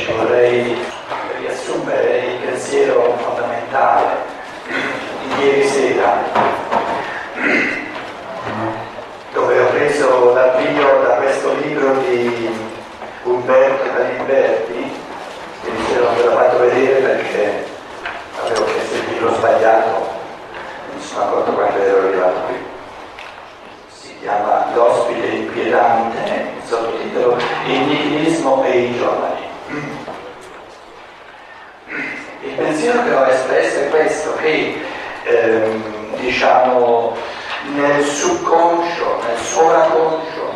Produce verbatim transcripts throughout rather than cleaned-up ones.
vorrei riassumere il pensiero fondamentale di ieri sera, dove ho preso l'avvio da questo libro di Umberto Galimberti, che mi non ve l'ho fatto vedere perché avevo chiesto il libro sbagliato, mi sono accorto quando ero arrivato qui. Si chiama L'ospite inquietante, il sottotitolo Il nichilismo e i giovani. Il pensiero che ho espresso è questo, che ehm, diciamo nel subconscio, nel sovraconscio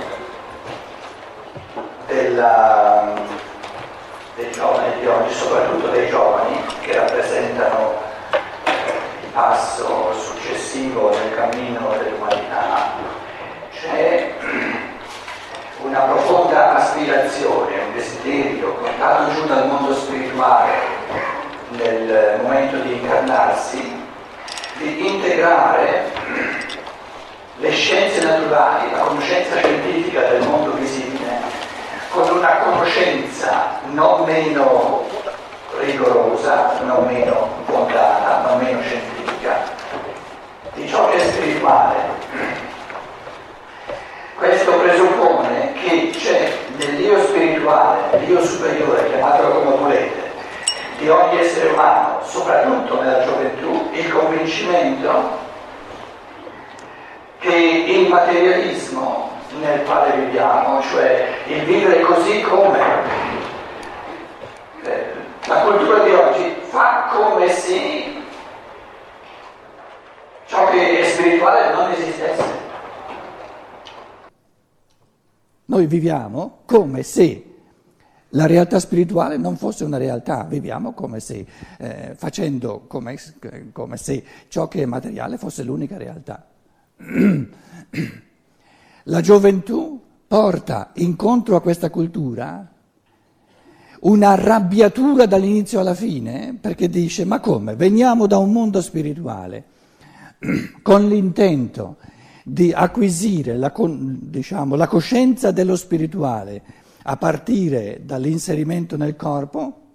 della, dei giovani di oggi, soprattutto dei giovani che rappresentano il passo successivo nel cammino dell'umanità, c'è una profonda aspirazione, un desiderio portato giù dal mondo spirituale nel momento di incarnarsi, di integrare le scienze naturali, la conoscenza scientifica del mondo visibile, con una conoscenza non meno rigorosa, non meno fondata, non meno scientifica, di ciò che è spirituale. Questo presuppone che c'è nell'io spirituale, l'io superiore, chiamatelo come volete, di ogni essere umano, soprattutto nella gioventù, il convincimento che il materialismo nel quale viviamo, cioè il vivere così come eh, la cultura di oggi fa come se ciò che è spirituale non esistesse. Noi viviamo come se la realtà spirituale non fosse una realtà, viviamo come se, eh, facendo come, come se ciò che è materiale fosse l'unica realtà. La gioventù porta incontro a questa cultura una arrabbiatura dall'inizio alla fine, perché dice: ma come? Veniamo da un mondo spirituale con l'intento di acquisire la, diciamo, la coscienza dello spirituale a partire dall'inserimento nel corpo,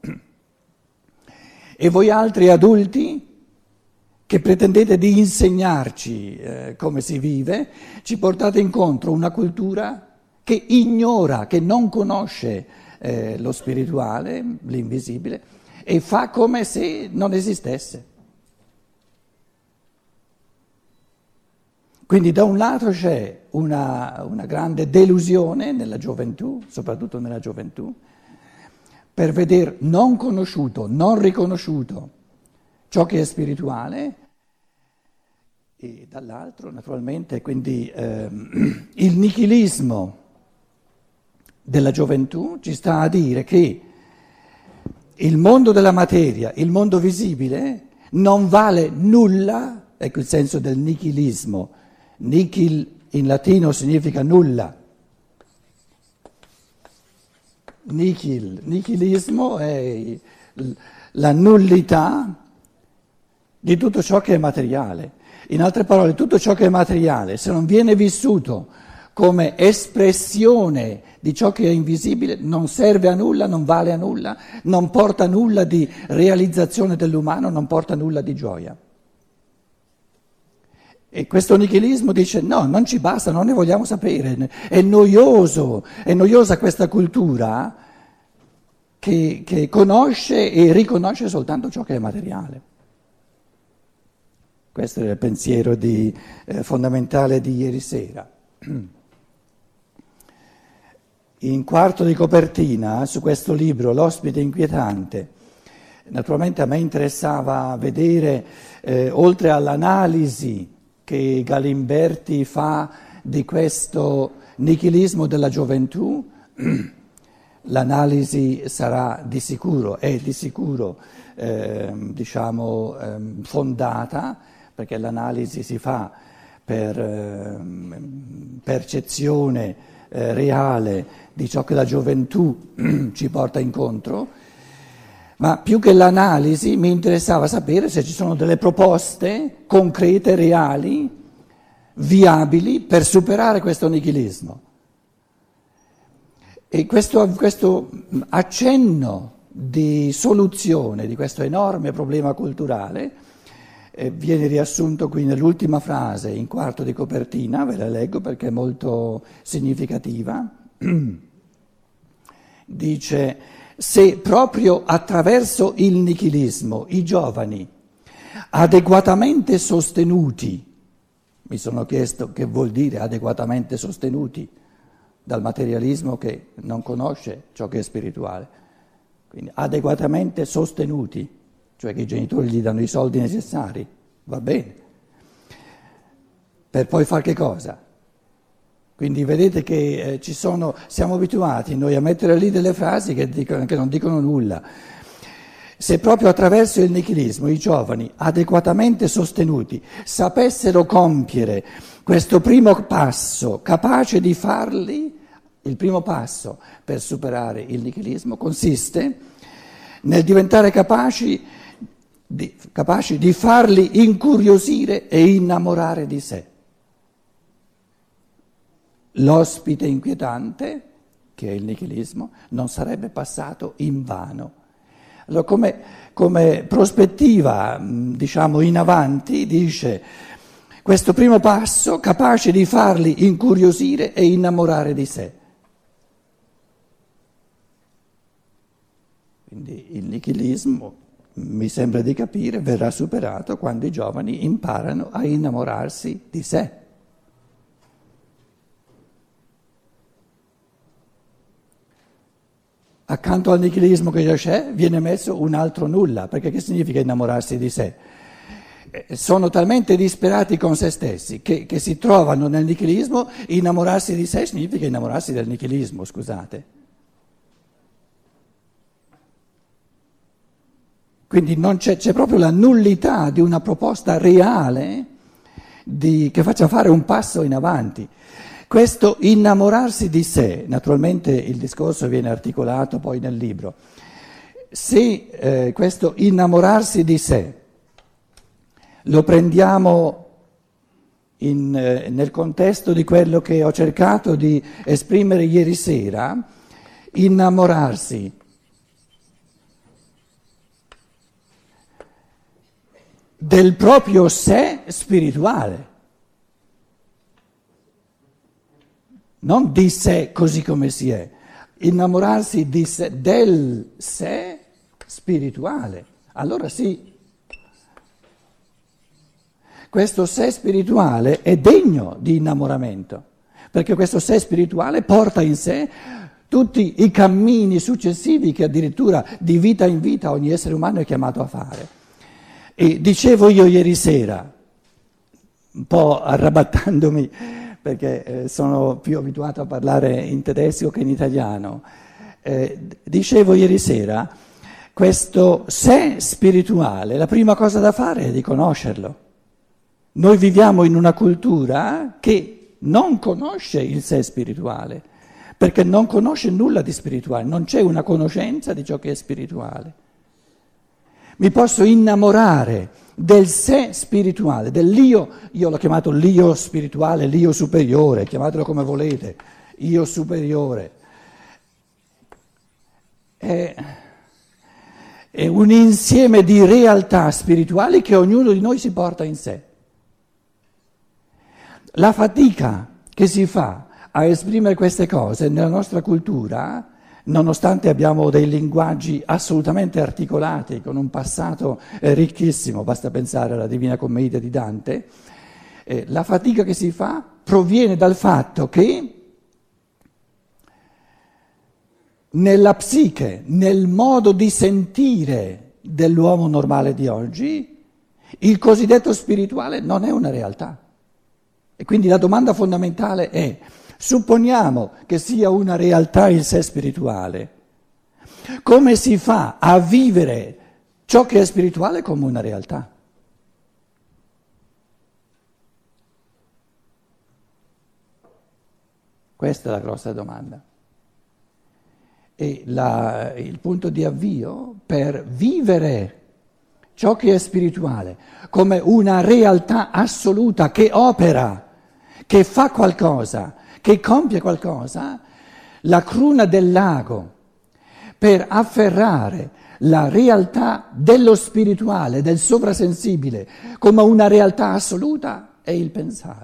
e voi altri adulti che pretendete di insegnarci eh, come si vive, ci portate incontro una cultura che ignora, che non conosce eh, lo spirituale, l'invisibile, e fa come se non esistesse. Quindi da un lato c'è una, una grande delusione nella gioventù, soprattutto nella gioventù, per veder non conosciuto, non riconosciuto ciò che è spirituale, e dall'altro naturalmente quindi ehm, il nichilismo della gioventù ci sta a dire che il mondo della materia, il mondo visibile, non vale nulla, ecco il senso del nichilismo. Nihil in latino significa nulla. Nihil, nichilismo è la nullità di tutto ciò che è materiale. In altre parole, tutto ciò che è materiale, se non viene vissuto come espressione di ciò che è invisibile, non serve a nulla, non vale a nulla, non porta nulla di realizzazione dell'umano, non porta nulla di gioia. E questo nichilismo dice: no, non ci basta, non ne vogliamo sapere, è noioso, è noiosa questa cultura che, che conosce e riconosce soltanto ciò che è materiale. Questo è il pensiero di, eh, fondamentale di ieri sera. In quarto di copertina, su questo libro, L'ospite inquietante, naturalmente a me interessava vedere, eh, oltre all'analisi che Galimberti fa di questo nichilismo della gioventù, l'analisi sarà di sicuro, è di sicuro eh, diciamo eh, fondata, perché l'analisi si fa per eh, percezione eh, reale di ciò che la gioventù ci porta incontro, ma più che l'analisi mi interessava sapere se ci sono delle proposte concrete, reali, viabili per superare questo nichilismo. E questo, questo accenno di soluzione di questo enorme problema culturale eh, viene riassunto qui nell'ultima frase, in quarto di copertina, ve la leggo perché è molto significativa. Dice: se proprio attraverso il nichilismo i giovani, adeguatamente sostenuti, mi sono chiesto che vuol dire adeguatamente sostenuti, dal materialismo che non conosce ciò che è spirituale, quindi adeguatamente sostenuti, cioè che i genitori gli danno i soldi necessari, va bene, per poi fare che cosa? Quindi vedete che eh, ci sono, siamo abituati noi a mettere lì delle frasi che, dicono, che non dicono nulla. Se proprio attraverso il nichilismo i giovani, adeguatamente sostenuti, sapessero compiere questo primo passo, capace di farli, il primo passo per superare il nichilismo consiste nel diventare capaci di, capaci di farli incuriosire e innamorare di sé. L'ospite inquietante, che è il nichilismo, non sarebbe passato invano. Allora, come, come prospettiva, diciamo, in avanti, dice questo primo passo capace di farli incuriosire e innamorare di sé. Quindi il nichilismo, mi sembra di capire, verrà superato quando i giovani imparano a innamorarsi di sé. Accanto al nichilismo che già c'è viene messo un altro nulla, perché che significa innamorarsi di sé? Sono talmente disperati con se stessi che, che si trovano nel nichilismo, innamorarsi di sé significa innamorarsi del nichilismo, scusate. Quindi non c'è, c'è proprio la nullità di una proposta reale di, che faccia fare un passo in avanti. Questo innamorarsi di sé, naturalmente il discorso viene articolato poi nel libro, se eh, questo innamorarsi di sé lo prendiamo in, eh, nel contesto di quello che ho cercato di esprimere ieri sera, innamorarsi del proprio sé spirituale. Non di sé così come si è, innamorarsi di sé, del sé spirituale. Allora sì, questo sé spirituale è degno di innamoramento, perché questo sé spirituale porta in sé tutti i cammini successivi che addirittura di vita in vita ogni essere umano è chiamato a fare. E dicevo io ieri sera, un po' arrabattandomi, perché eh, sono più abituato a parlare in tedesco che in italiano. Eh, dicevo ieri sera, questo sé spirituale, la prima cosa da fare è di conoscerlo. Noi viviamo in una cultura che non conosce il sé spirituale, perché non conosce nulla di spirituale, non c'è una conoscenza di ciò che è spirituale. Mi posso innamorare del sé spirituale, dell'io, io l'ho chiamato l'io spirituale, l'io superiore, chiamatelo come volete, io superiore. È, è un insieme di realtà spirituali che ognuno di noi si porta in sé. La fatica che si fa a esprimere queste cose nella nostra cultura, nonostante abbiamo dei linguaggi assolutamente articolati, con un passato eh, ricchissimo, basta pensare alla Divina Commedia di Dante, eh, la fatica che si fa proviene dal fatto che nella psiche, nel modo di sentire dell'uomo normale di oggi, il cosiddetto spirituale non è una realtà. E quindi la domanda fondamentale è: supponiamo che sia una realtà il sé spirituale, come si fa a vivere ciò che è spirituale come una realtà? Questa è la grossa domanda. E la, il punto di avvio per vivere ciò che è spirituale come una realtà assoluta che opera, che fa qualcosa, che compie qualcosa, la cruna del lago per afferrare la realtà dello spirituale, del sovrasensibile, come una realtà assoluta, è il pensare.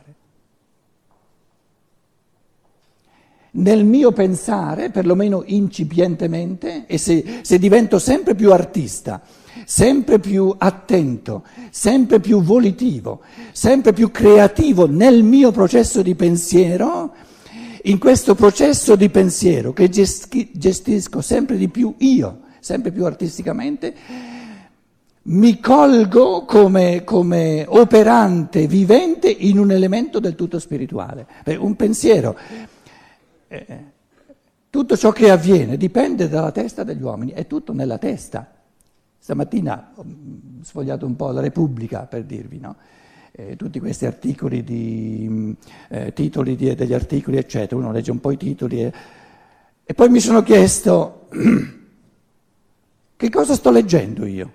Nel mio pensare, perlomeno incipientemente, e se, se divento sempre più artista, sempre più attento, sempre più volitivo, sempre più creativo nel mio processo di pensiero, in questo processo di pensiero che gestisco sempre di più io, sempre più artisticamente, mi colgo come, come operante, vivente in un elemento del tutto spirituale. Un pensiero, eh, tutto ciò che avviene dipende dalla testa degli uomini, è tutto nella testa. Stamattina ho sfogliato un po' la Repubblica per dirvi, no? Eh, tutti questi articoli, di, eh, titoli di, degli articoli, eccetera, uno legge un po' i titoli e, e poi mi sono chiesto che cosa sto leggendo io?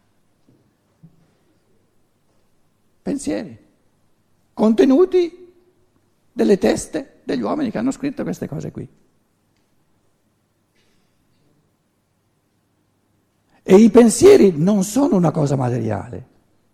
Pensieri, contenuti delle teste degli uomini che hanno scritto queste cose qui. E i pensieri non sono una cosa materiale.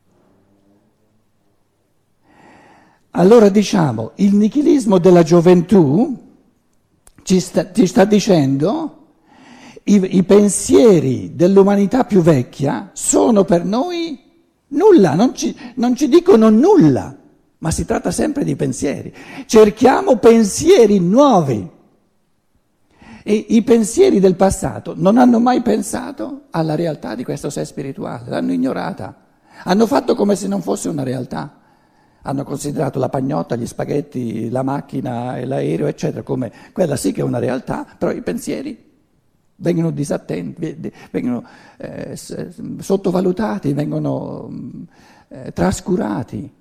Allora diciamo, il nichilismo della gioventù ci sta, ci sta dicendo i, i pensieri dell'umanità più vecchia sono per noi nulla, non ci, non ci dicono nulla, ma si tratta sempre di pensieri. Cerchiamo pensieri nuovi. E i pensieri del passato non hanno mai pensato alla realtà di questo sé spirituale, l'hanno ignorata, hanno fatto come se non fosse una realtà, hanno considerato la pagnotta, gli spaghetti, la macchina e l'aereo, eccetera, come quella sì che è una realtà, però i pensieri vengono disattenti, vengono eh, sottovalutati, vengono eh, trascurati.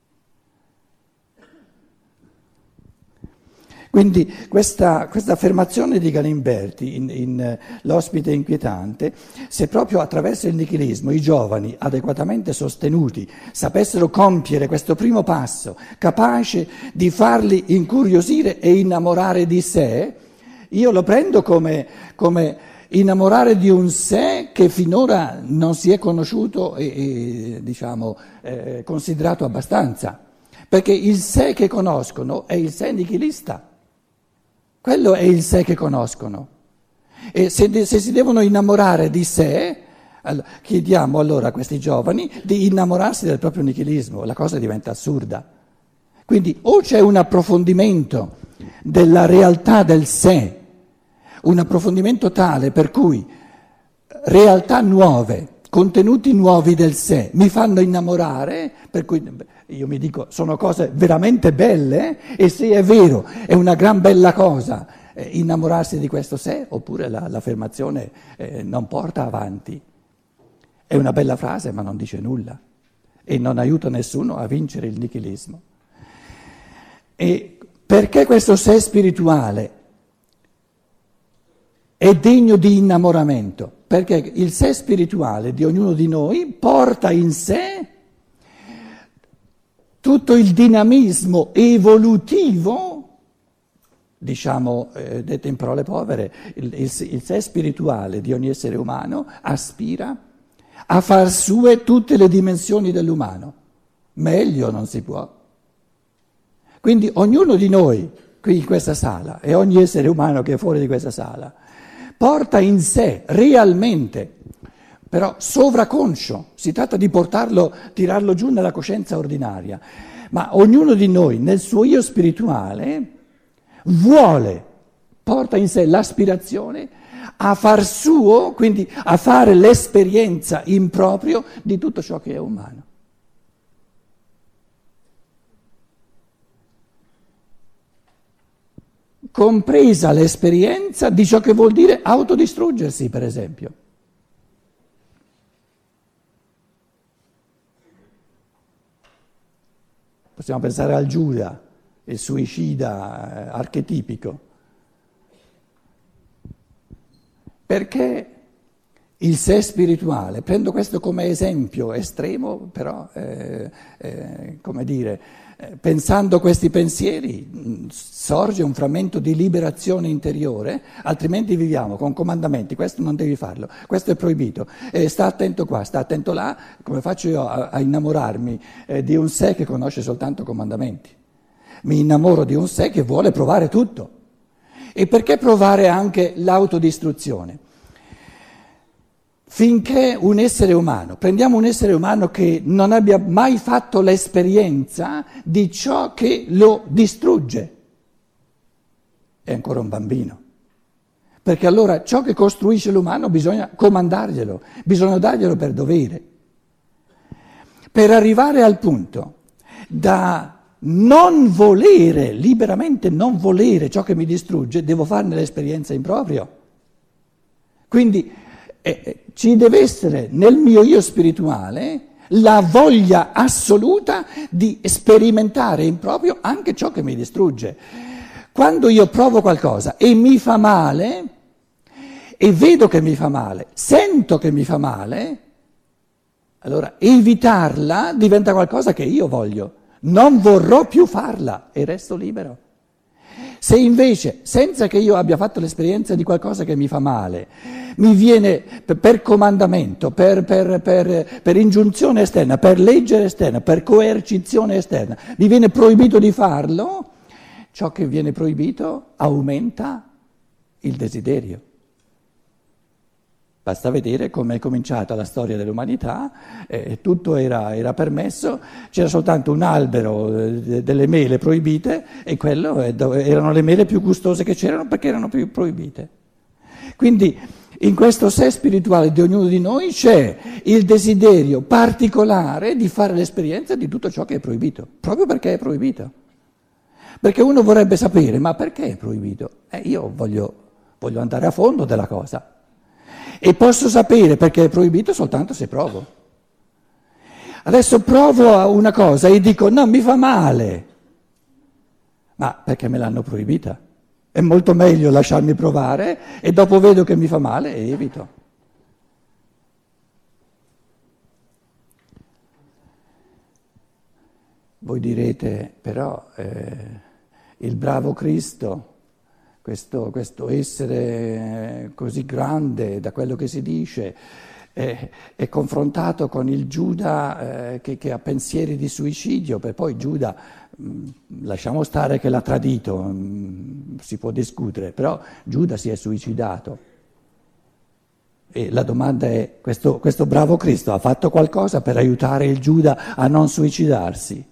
Quindi questa, questa affermazione di Galimberti in, in L'ospite inquietante, se proprio attraverso il nichilismo i giovani adeguatamente sostenuti sapessero compiere questo primo passo, capace di farli incuriosire e innamorare di sé, io lo prendo come, come innamorare di un sé che finora non si è conosciuto e, e diciamo, eh, considerato abbastanza, perché il sé che conoscono è il sé nichilista. Quello è il sé che conoscono. E se, se si devono innamorare di sé, allora, chiediamo allora a questi giovani di innamorarsi del proprio nichilismo, la cosa diventa assurda. Quindi o c'è un approfondimento della realtà del sé, un approfondimento tale per cui realtà nuove, contenuti nuovi del sé mi fanno innamorare, per cui io mi dico sono cose veramente belle e se è vero è una gran bella cosa eh, innamorarsi di questo sé, oppure la, l'affermazione eh, non porta avanti. È una bella frase ma non dice nulla e non aiuta nessuno a vincere il nichilismo. E perché questo sé spirituale è degno di innamoramento? Perché il sé spirituale di ognuno di noi porta in sé tutto il dinamismo evolutivo, diciamo, eh, detto in parole povere, il, il, il sé spirituale di ogni essere umano aspira a far sue tutte le dimensioni dell'umano. Meglio non si può. Quindi ognuno di noi, qui in questa sala, e ogni essere umano che è fuori di questa sala, porta in sé realmente, però sovraconscio, si tratta di portarlo, tirarlo giù nella coscienza ordinaria, ma ognuno di noi nel suo io spirituale vuole, porta in sé l'aspirazione a far suo, quindi a fare l'esperienza in proprio di tutto ciò che è umano. Compresa l'esperienza di ciò che vuol dire autodistruggersi, per esempio. Possiamo pensare al Giuda, il suicida archetipico. Perché il sé spirituale, prendo questo come esempio estremo, però, eh, eh, come dire, eh, pensando questi pensieri mh, sorge un frammento di liberazione interiore, altrimenti viviamo con comandamenti, questo non devi farlo, questo è proibito, eh, sta attento qua, sta attento là, come faccio io a, a innamorarmi eh, di un sé che conosce soltanto comandamenti? Mi innamoro di un sé che vuole provare tutto. E perché provare anche l'autodistruzione? Finché un essere umano, prendiamo un essere umano che non abbia mai fatto l'esperienza di ciò che lo distrugge, è ancora un bambino. Perché allora ciò che costruisce l'umano bisogna comandarglielo, bisogna darglielo per dovere. Per arrivare al punto da non volere, liberamente non volere ciò che mi distrugge, devo farne l'esperienza in proprio. Quindi eh, ci deve essere nel mio io spirituale la voglia assoluta di sperimentare in proprio anche ciò che mi distrugge. Quando io provo qualcosa e mi fa male, e vedo che mi fa male, sento che mi fa male, allora evitarla diventa qualcosa che io voglio. Non vorrò più farla e resto libero. Se invece, senza che io abbia fatto l'esperienza di qualcosa che mi fa male, mi viene per comandamento, per, per, per, per ingiunzione esterna, per legge esterna, per coercizione esterna, mi viene proibito di farlo, ciò che viene proibito aumenta il desiderio. Basta vedere come è cominciata la storia dell'umanità, eh, tutto era, era permesso, c'era soltanto un albero eh, delle mele proibite e quello eh, erano le mele più gustose che c'erano perché erano più proibite. Quindi in questo sé spirituale di ognuno di noi c'è il desiderio particolare di fare l'esperienza di tutto ciò che è proibito, proprio perché è proibito. Perché uno vorrebbe sapere, ma perché è proibito? Eh, io voglio, voglio andare a fondo della cosa. E posso sapere perché è proibito soltanto se provo. Adesso provo a una cosa e dico no, mi fa male. Ma perché me l'hanno proibita? È molto meglio lasciarmi provare e dopo vedo che mi fa male e evito. Voi direte, però eh, il bravo Cristo... Questo, questo essere così grande, da quello che si dice, è, è confrontato con il Giuda eh, che, che ha pensieri di suicidio, per poi Giuda, mh, lasciamo stare che l'ha tradito, mh, si può discutere, però Giuda si è suicidato. E la domanda è, questo, questo bravo Cristo ha fatto qualcosa per aiutare il Giuda a non suicidarsi?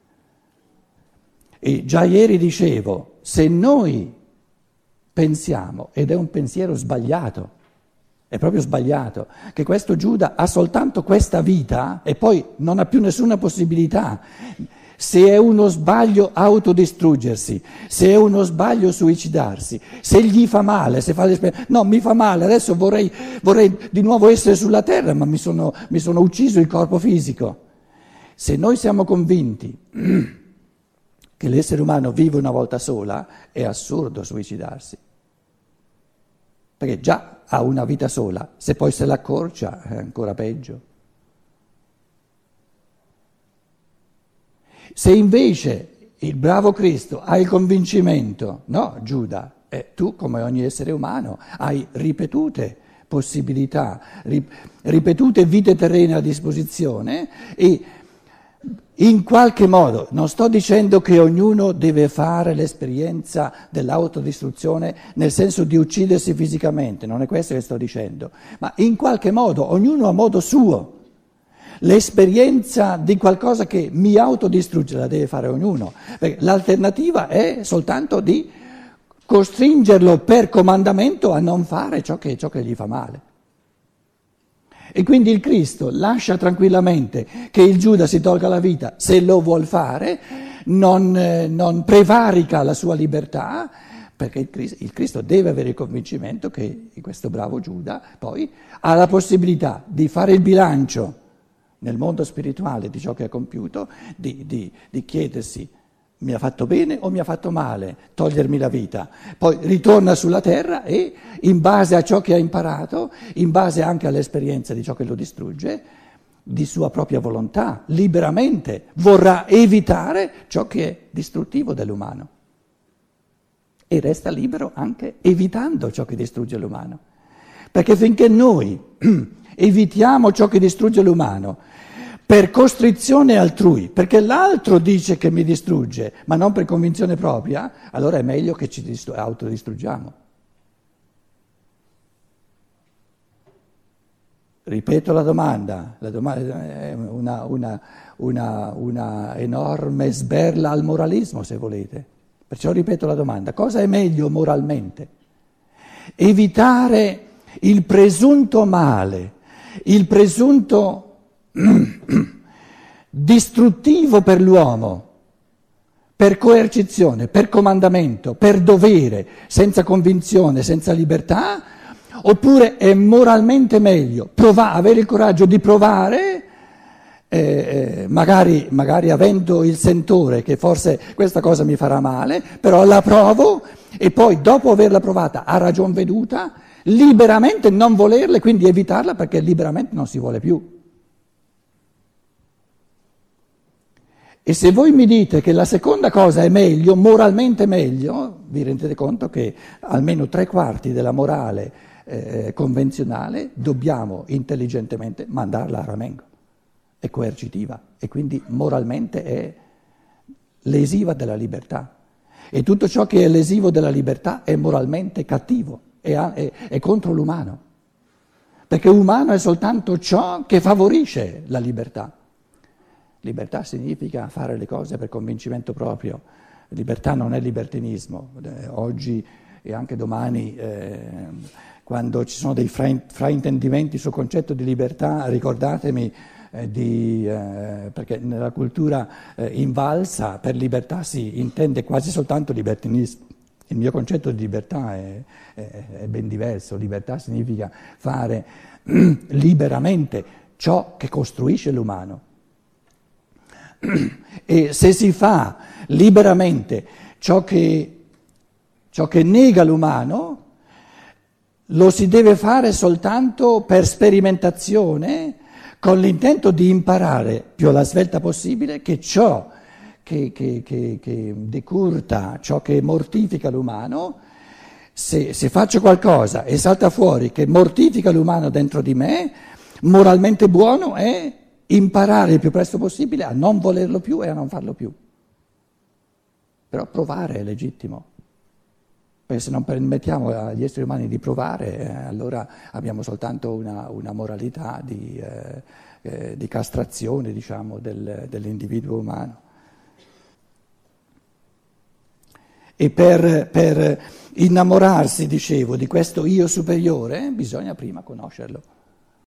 E già ieri dicevo, se noi pensiamo, ed è un pensiero sbagliato, è proprio sbagliato, che questo Giuda ha soltanto questa vita e poi non ha più nessuna possibilità. Se è uno sbaglio autodistruggersi, se è uno sbaglio suicidarsi, se gli fa male, se fa l'esperienza, no, mi fa male, adesso vorrei, vorrei di nuovo essere sulla terra, ma mi sono, mi sono ucciso il corpo fisico. Se noi siamo convinti che l'essere umano vive una volta sola, è assurdo suicidarsi. Perché già ha una vita sola, se poi se l'accorcia è ancora peggio. Se invece il bravo Cristo ha il convincimento, no Giuda, eh, tu come ogni essere umano hai ripetute possibilità, ripetute vite terrene a disposizione e in qualche modo, non sto dicendo che ognuno deve fare l'esperienza dell'autodistruzione nel senso di uccidersi fisicamente, non è questo che sto dicendo, ma in qualche modo, ognuno a modo suo, l'esperienza di qualcosa che mi autodistrugge la deve fare ognuno, perché l'alternativa è soltanto di costringerlo per comandamento a non fare ciò che, ciò che gli fa male. E quindi il Cristo lascia tranquillamente che il Giuda si tolga la vita se lo vuol fare, non, eh, non prevarica la sua libertà, perché il Cristo, il Cristo deve avere il convincimento che questo bravo Giuda poi ha la possibilità di fare il bilancio nel mondo spirituale di ciò che ha compiuto, di, di, di chiedersi mi ha fatto bene o mi ha fatto male togliermi la vita, poi ritorna sulla terra e in base a ciò che ha imparato, in base anche all'esperienza di ciò che lo distrugge, di sua propria volontà, liberamente, vorrà evitare ciò che è distruttivo dell'umano. E resta libero anche evitando ciò che distrugge l'umano. Perché finché noi evitiamo ciò che distrugge l'umano per costrizione altrui, perché l'altro dice che mi distrugge, ma non per convinzione propria, allora è meglio che ci distru- autodistruggiamo. Ripeto la domanda, la domanda è una, una, una, una enorme sberla al moralismo, se volete. Perciò ripeto la domanda, cosa è meglio moralmente? Evitare il presunto male, il presunto distruttivo per l'uomo, per coercizione, per comandamento, per dovere, senza convinzione, senza libertà, oppure è moralmente meglio provare, avere il coraggio di provare, eh, magari, magari avendo il sentore che forse questa cosa mi farà male, però la provo e poi dopo averla provata a ragion veduta, liberamente non volerla e quindi evitarla perché liberamente non si vuole più. E se voi mi dite che la seconda cosa è meglio, moralmente meglio, vi rendete conto che almeno tre quarti della morale eh, convenzionale dobbiamo intelligentemente mandarla a ramengo. È coercitiva e quindi moralmente è lesiva della libertà. E tutto ciò che è lesivo della libertà è moralmente cattivo, è, è, è contro l'umano. Perché umano è soltanto ciò che favorisce la libertà. Libertà significa fare le cose per convincimento proprio, libertà non è libertinismo. Eh, oggi e anche domani, eh, quando ci sono dei fra- fraintendimenti sul concetto di libertà, ricordatemi eh, di, eh, perché nella cultura eh, invalsa per libertà si intende quasi soltanto libertinismo. Il mio concetto di libertà è, è, è ben diverso, libertà significa fare liberamente ciò che costruisce l'umano. E se si fa liberamente ciò che, ciò che nega l'umano, lo si deve fare soltanto per sperimentazione, con l'intento di imparare più alla svelta possibile che ciò che, che, che, che decurta, ciò che mortifica l'umano, se, se faccio qualcosa e salta fuori che mortifica l'umano dentro di me, moralmente buono è imparare il più presto possibile a non volerlo più e a non farlo più. Però provare è legittimo, perché se non permettiamo agli esseri umani di provare, eh, allora abbiamo soltanto una, una moralità di, eh, eh, di castrazione, diciamo, del, dell'individuo umano. E per, per innamorarsi, dicevo, di questo io superiore, bisogna prima conoscerlo.